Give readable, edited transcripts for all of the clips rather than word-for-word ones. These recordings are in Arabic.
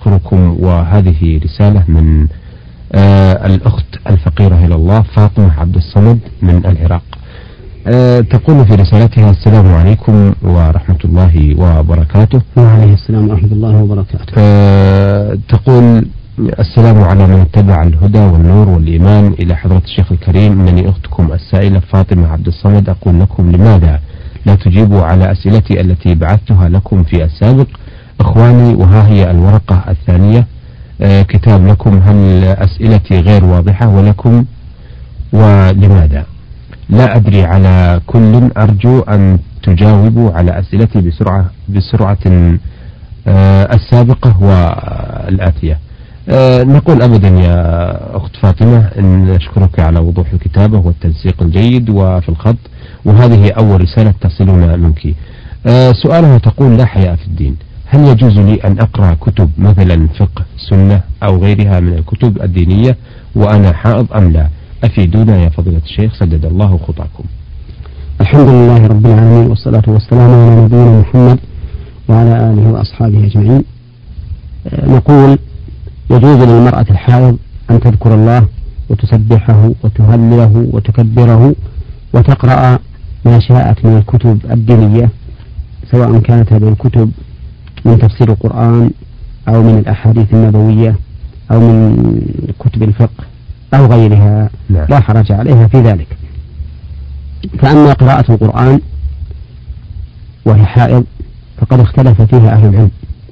أشكركم. وهذه رسالة من الأخت الفقيرة إلى الله فاطمة عبد الصمد من العراق. تقول في رسالتها: السلام عليكم ورحمة الله وبركاته. وعليه السلام ورحمة الله وبركاته. تقول: السلام على من اتبع الهدى والنور والإيمان إلى حضرة الشيخ الكريم، إنني أختكم السائلة فاطمة عبد الصمد أقول لكم: لماذا لا تجيبوا على أسئلتي التي بعثتها لكم في السابق؟ إخواني، وها هي الورقة الثانية، كتاب لكم. هل أسئلتي غير واضحة ولكم ولماذا؟ لا أدري. على كل أرجو أن تجاوبوا على أسئلتي بسرعة السابقة والآتية. نقول أبدا يا أخت فاطمة أن نشكرك على وضوح الكتابة والتنسيق الجيد وفي الخط، وهذه أول رسالة تصلنا منك. سؤالها تقول: لا حياء في الدين، هل يجوز لي أن أقرأ كتب مثلا فقه سنة أو غيرها من الكتب الدينية وأنا حائض أم لا؟ أفيدونا يا فضيلة الشيخ، سدد الله خطاكم. الحمد لله رب العالمين، والصلاة والسلام على نبينا محمد وعلى آله وأصحابه أجمعين. نقول: يجوز للمرأة الحائض أن تذكر الله وتسبحه وتهلله وتكبره وتقرأ ما شاءت من الكتب الدينية، سواء كانت هذه الكتب من تفسير القرآن أو من الأحاديث النبوية أو من كتب الفقه أو غيرها. لا حرج عليها في ذلك. فأما قراءة القرآن وهي حائض فقد اختلف فيها أهل العلم،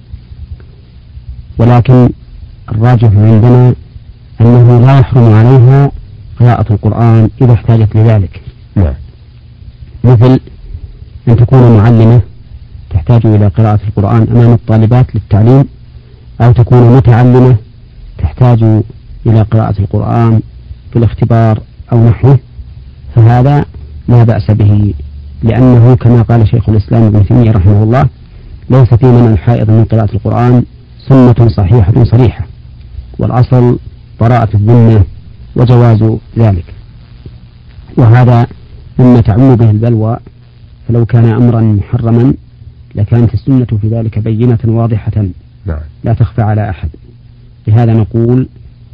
ولكن الراجح عندنا أنه لا يحرم عليها قراءة القرآن إذا احتاجت لذلك. مثل أن تكون معلمة تحتاج إلى قراءة القرآن أمام الطالبات للتعليم، أو تكون متعلمة تحتاج إلى قراءة القرآن في الاختبار أو نحوه، فهذا لا بأس به، لأنه كما قال شيخ الإسلام ابن تيمية رحمه الله: ليس في منع الحائض من قراءة القرآن سنة صحيحة صريحة، والأصل براءة الذمة وجواز ذلك، وهذا مما تعم به البلوى. فلو كان أمرا محرما لكانت السنة في ذلك بينة واضحة لا تخفى على أحد. لهذا نقول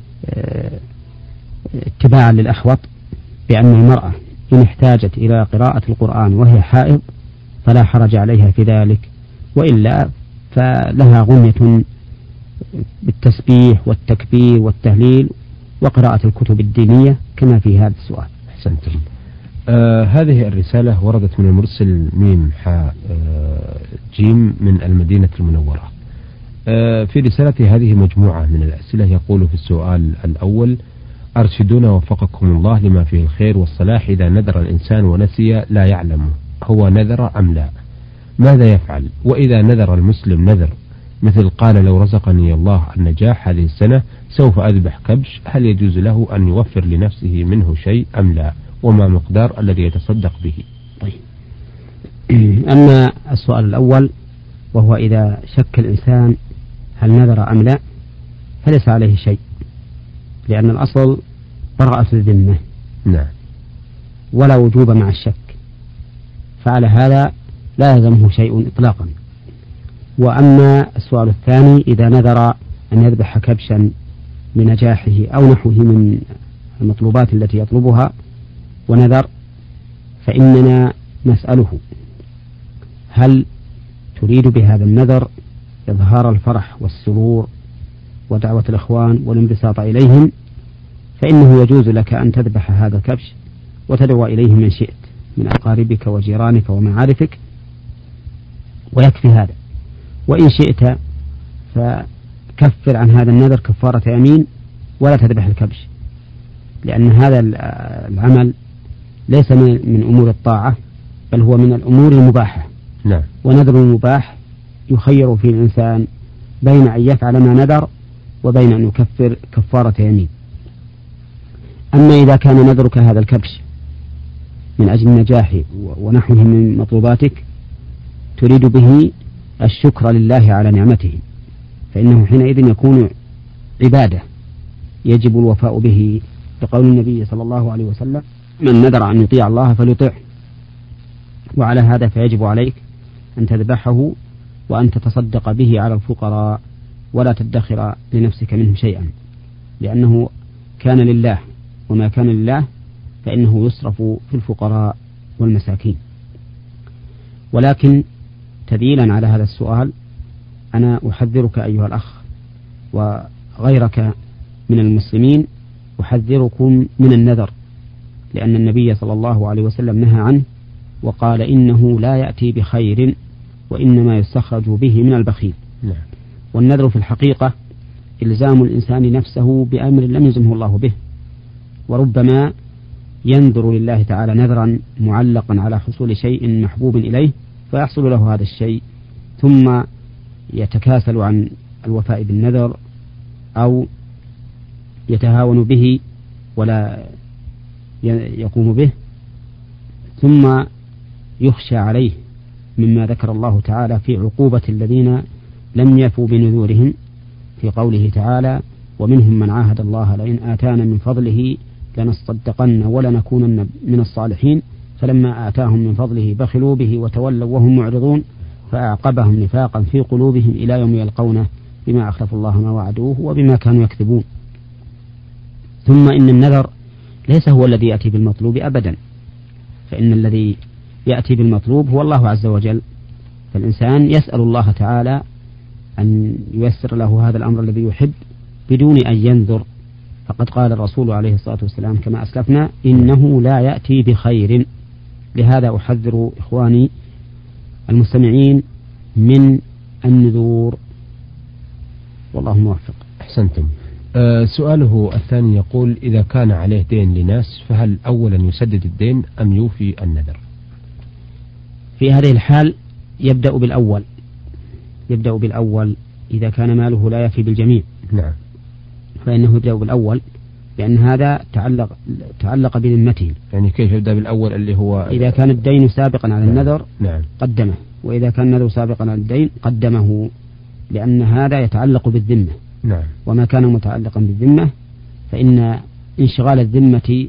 اتباعا للأحوط بأن المرأة إن احتاجت إلى قراءة القرآن وهي حائض فلا حرج عليها في ذلك، وإلا فلها غنية بالتسبيح والتكبير والتهليل وقراءة الكتب الدينية كما في هذا السؤال. أحسنتم. هذه الرسالة وردت من المرسل ميم حاء جيم من المدينة المنورة. في رسالة هذه مجموعة من الأسئلة. يقول في السؤال الأول: أرشدونا وفقكم الله لما فيه الخير والصلاح، إذا نذر الإنسان ونسي لا يعلم هو نذر أم لا، ماذا يفعل؟ وإذا نذر المسلم نذر مثل قال: لو رزقني الله النجاح هذه السنة سوف أذبح كبش، هل يجوز له أن يوفر لنفسه منه شيء أم لا؟ وما مقدار الذي يتصدق به؟ طيب. أما السؤال الأول وهو إذا شك الإنسان هل نذر أم لا، فليس عليه شيء، لأن الأصل براءة الذمة ولا وجوب مع الشك، فعلى هذا لا يلزمه شيء إطلاقا. وأما السؤال الثاني: إذا نذر أن يذبح كبشا لنجاحه أو نحوه من المطلوبات التي يطلبها ونذر، فإننا نسأله: هل تريد بهذا النذر إظهار الفرح والسرور ودعوة الإخوان والانبساط إليهم؟ فإنه يجوز لك أن تذبح هذا الكبش وتدعو إليه من شئت من أقاربك وجيرانك ومعارفك، ويكفي هذا. وإن شئت فكفر عن هذا النذر كفارة يمين ولا تذبح الكبش، لأن هذا العمل ليس من أمور الطاعة، بل هو من الأمور المباحة. ونذر المباح يخير فيه الإنسان بين أن يفعل ما نذر وبين أن يكفر كفارة يمين. أما إذا كان نذرك هذا الكبش من أجل النجاح ونحوه من مطلوباتك تريد به الشكر لله على نعمته، فإنه حينئذ يكون عبادة يجب الوفاء به، بقول النبي صلى الله عليه وسلم: من نذر أن يطيع الله فليطيعه. وعلى هذا فيجب عليك أن تذبحه وأن تتصدق به على الفقراء ولا تدخر لنفسك منه شيئا، لأنه كان لله، وما كان لله فإنه يصرف في الفقراء والمساكين. ولكن تدليلا على هذا السؤال أنا أحذرك أيها الأخ وغيرك من المسلمين، أحذركم من النذر، لأن النبي صلى الله عليه وسلم نهى عنه وقال إنه لا يأتي بخير وإنما يستخرج به من البخيل. والنذر في الحقيقة إلزام الإنسان نفسه بأمر لم يلزمه الله به، وربما ينذر لله تعالى نذرا معلقا على حصول شيء محبوب إليه فيحصل له هذا الشيء، ثم يتكاسل عن الوفاء بالنذر أو يتهاون به ولا يقوم به، ثم يخشى عليه مما ذكر الله تعالى في عقوبة الذين لم يفوا بنذورهم في قوله تعالى: ومنهم من عاهد الله لئن آتانا من فضله لنصدقن ولنكونن من الصالحين فلما آتاهم من فضله بخلوا به وتولوا وهم معرضون فأعقبهم نفاقا في قلوبهم إلى يوم يلقونه بما أخلفوا الله ما وعدوه وبما كانوا يكذبون. ثم إن النذر ليس هو الذي يأتي بالمطلوب أبدا، فإن الذي يأتي بالمطلوب هو الله عز وجل، فالإنسان يسأل الله تعالى أن ييسر له هذا الأمر الذي يحب بدون أن ينذر، فقد قال الرسول عليه الصلاة والسلام كما أسلفنا: إنه لا يأتي بخير. لهذا أحذر إخواني المستمعين من النذور، والله موفق. أحسنتم. سؤاله الثاني يقول: إذا كان عليه دين لناس فهل أولا يسدد الدين أم يوفي النذر؟ في هذه الحال يبدأ بالأول إذا كان ماله لا يفي بالجميع. نعم. فإنه يبدأ بالأول، لأن هذا تعلق بذمته. يعني كيف يبدأ بالأول اللي هو إذا كان الدين سابقا على النذر نعم. قدمه، وإذا كان النذر سابقا على الدين قدمه، لأن هذا يتعلق بالذمة. نعم. وما كان متعلقا بالذمة فإن انشغال الذمة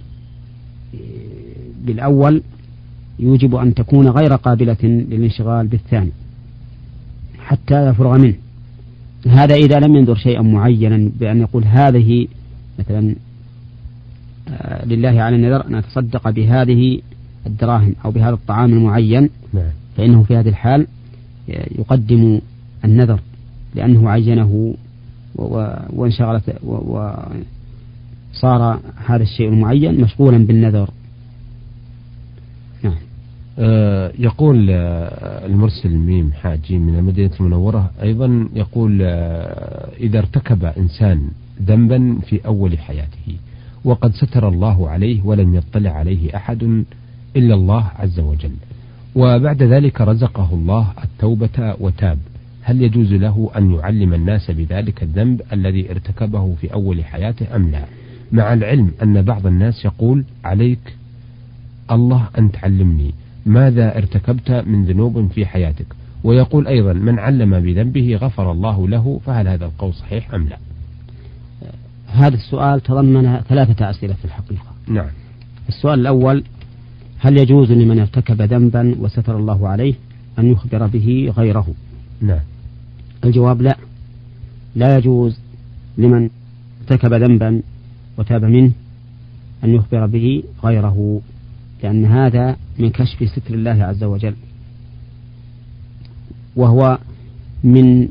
بالأول يوجب أن تكون غير قابلة للانشغال بالثاني حتى يفرغ منه. هذا إذا لم ينظر شيئا معينا بأن يقول هذه مثلا لله على النذر أن أتصدق بهذه الدراهم أو بهذا الطعام المعين، فإنه في هذه الحال يقدم النذر لأنه عينه وانشغلت وصار هذا الشيء المعين مشغولا بالنذر. نعم. يقول المرسل ميم حاجي من المدينة المنورة أيضا يقول: إذا ارتكب إنسان ذنبا في أول حياته وقد ستر الله عليه ولم يطلع عليه أحد إلا الله عز وجل، وبعد ذلك رزقه الله التوبة وتاب، هل يجوز له أن يعلم الناس بذلك الذنب الذي ارتكبه في أول حياته أم لا؟ مع العلم أن بعض الناس يقول: عليك الله أن تعلمني ماذا ارتكبت من ذنوب في حياتك، ويقول أيضا: من علم بذنبه غفر الله له، فهل هذا القول صحيح أم لا؟ هذا السؤال تضمن 3 أسئلة في الحقيقة. نعم. السؤال الأول: هل يجوز لمن ارتكب ذنبا وستر الله عليه أن يخبر به غيره؟ نعم. الجواب: لا، لا يجوز لمن ارتكب ذنبا وتاب منه أن يخبر به غيره، لأن هذا من كشف ستر الله عز وجل، وهو من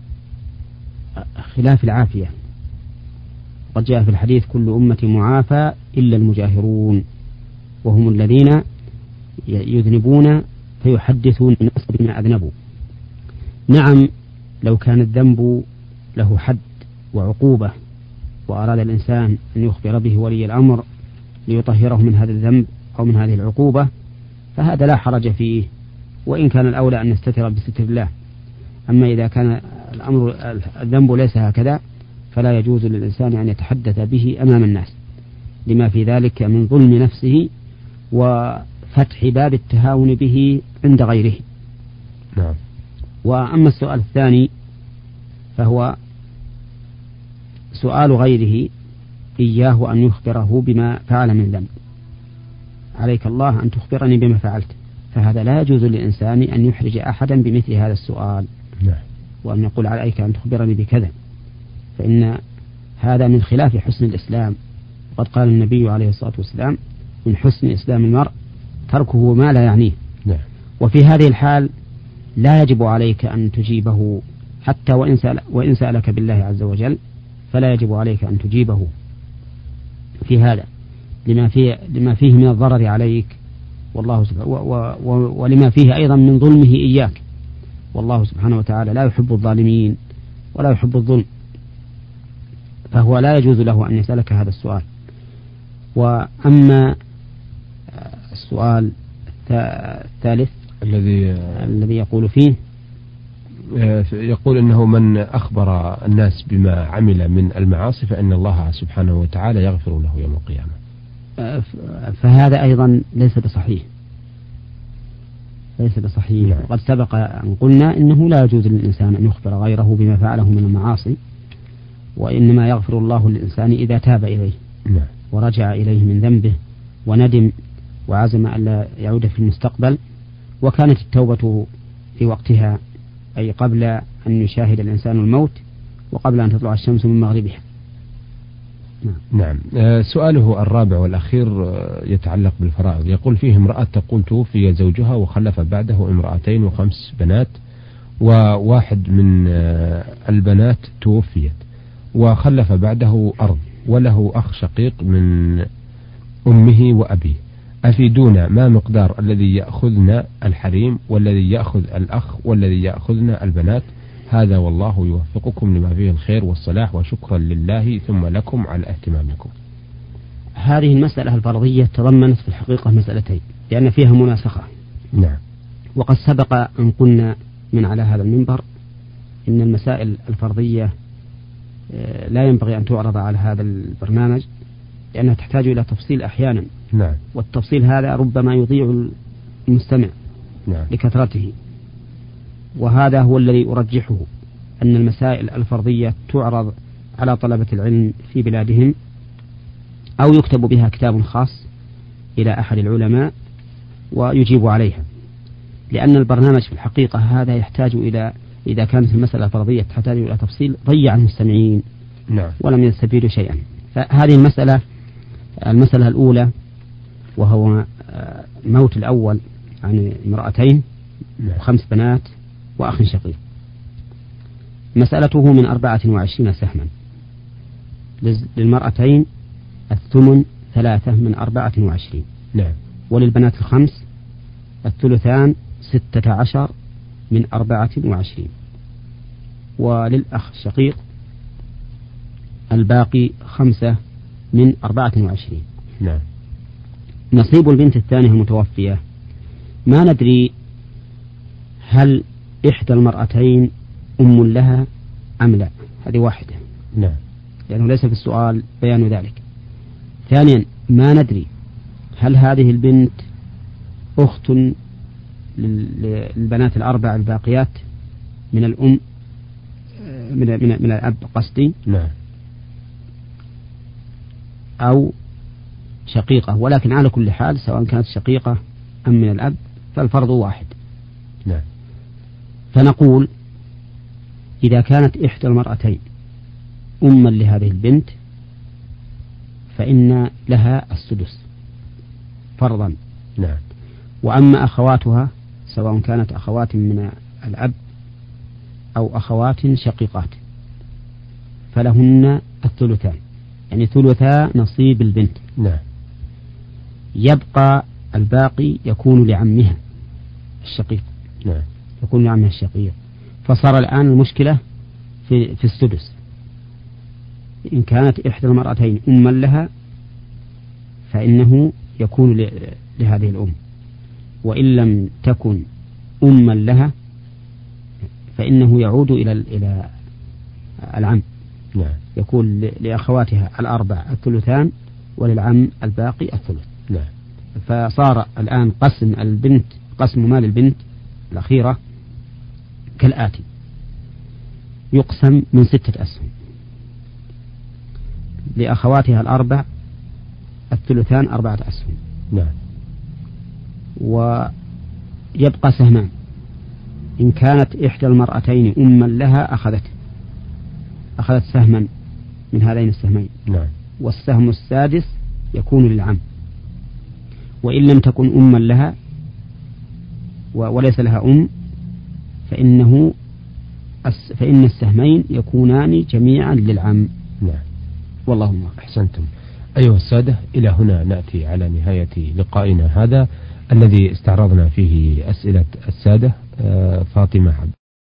خلاف العافية. قد جاء في الحديث: كل أمة معافى إلا المجاهرون، وهم الذين يذنبون فيحدثون الناس بما أذنبوا. نعم، لو كان الذنب له حد وعقوبة وأراد الإنسان أن يخبر به ولي الأمر ليطهره من هذا الذنب أو من هذه العقوبة فهذا لا حرج فيه، وإن كان الأولى أن نستتر بستر الله. أما إذا كان الذنب ليس هكذا فلا يجوز للإنسان أن يتحدث به أمام الناس، لما في ذلك من ظلم نفسه وفتح باب التهاون به عند غيره. نعم. وأما السؤال الثاني فهو سؤال غيره إياه أن يخبره بما فعل من ذنب: عليك الله أن تخبرني بما فعلت، فهذا لا يجوز للإنسان أن يحرج أحدا بمثل هذا السؤال. نعم. وأن يقول: عليك أن تخبرني بكذا. فإن هذا من خلاف حسن الإسلام. وقد قال النبي عليه الصلاة والسلام: من حسن إسلام المرء تركه ما لا يعنيه. نعم. وفي هذه الحال لا يجب عليك أن تجيبه، حتى وإن سألك بالله عز وجل فلا يجب عليك أن تجيبه في هذا، لما فيه من الضرر عليك والله ولما فيه أيضا من ظلمه إياك، والله سبحانه وتعالى لا يحب الظالمين ولا يحب الظلم، فهو لا يجوز له أن يسألك هذا السؤال. وأما السؤال الثالث الذي يقول فيه، يقول إنه من أخبر الناس بما عمل من المعاصي فإن الله سبحانه وتعالى يغفر له يوم القيامة. فهذا أيضا ليس بصحيح. نعم. وقد سبق أن قلنا إنه لا يجوز للإنسان أن يخبر غيره بما فعله من المعاصي، وإنما يغفر الله للإنسان إذا تاب إليه. نعم. ورجع إليه من ذنبه وندم وعزم ألا يعود في المستقبل، وكانت التوبة في وقتها، أي قبل أن يشاهد الإنسان الموت وقبل أن تطلع الشمس من مغربها. نعم. سؤاله الرابع والأخير يتعلق بالفرائض. يقول فيه: امرأة تقول توفي زوجها وخلف بعده امرأتين و5 بنات، وواحد من البنات توفيت وخلف بعده أرض، وله أخ شقيق من أمه وأبيه، أفيدونا ما مقدار الذي يأخذنا الحريم والذي يأخذ الأخ والذي يأخذنا البنات؟ هذا والله يوفقكم لما فيه الخير والصلاح، وشكرا لله ثم لكم على اهتمامكم. هذه المسألة الفرضية تضمنت في الحقيقة مسألتين، لأن فيها مناسخة. نعم. وقد سبق أن قلنا من على هذا المنبر إن المسائل الفرضية لا ينبغي أن تعرض على هذا البرنامج، لأنها تحتاج إلى تفصيل أحيانا. نعم. والتفصيل هذا ربما يضيع المستمع. نعم. لكثرته. وهذا هو الذي أرجحه، أن المسائل الفرضية تعرض على طلبة العلم في بلادهم، أو يكتب بها كتاب خاص إلى أحد العلماء ويجيب عليها، لأن البرنامج في الحقيقة هذا يحتاج إلى، إذا كانت المسألة الفرضية تحتاج إلى تفصيل، ضيع المستمعين. نعم. ولم يستفيدوا شيئا. فهذه المسألة الأولى، وهو موت الأول عن امرأتين و5 بنات وأخ شقيق، مسألته من 24 سهما. للمرأتين الثمن 3 من 24. نعم. وللبنات ال5 الثلثان 16 من 24. وللأخ الشقيق الباقي 5 من 24. نعم. نصيب البنت الثانية المتوفية ما ندري هل إحدى المرأتين أم لها أم لا، هذه واحدة. نعم. لأنه ليس في السؤال بيان ذلك. ثانيا ما ندري هل هذه البنت أخت للبنات الأربع الباقيات من الأم، من الأب قصدي. نعم. أو شقيقة، ولكن على كل حال سواء كانت شقيقة أم من الأب فالفرض واحد. نعم. فنقول إذا كانت إحدى المرأتين أما لهذه البنت فإن لها السدس فرضا. نعم. وأما أخواتها سواء كانت أخوات من الأب أو أخوات شقيقات فلهن الثلثان، يعني ثلثا نصيب البنت. نعم. يبقى الباقي يكون لعمها الشقيق. نعم. يكون لعمها الشقيق. فصار الآن المشكلة في السدس. إن كانت إحدى المرأتين أما لها فإنه يكون لهذه الأم، وإن لم تكن أما لها فإنه يعود إلى العم. نعم. يكون لأخواتها الأربع الثلثان وللعم الباقي الثلث. نعم. فصار الآن قسم مال البنت الأخيرة كالآتي: يقسم من 6 أسهم، لأخواتها الأربع الثلثان 4 أسهم. نعم. ويبقى سهمان. إن كانت إحدى المرأتين أما لها أخذت أخذت سهما من هذين السهمين، نعم، والسهم السادس يكون للعم، وإن لم تكن أما لها وليس لها فإن السهمين يكونان جميعا للعم. نعم، والله أعلم. أحسنتم. أيها السادة، إلى هنا نأتي على نهاية لقائنا هذا الذي استعرضنا فيه أسئلة السادة. فاطمة عبد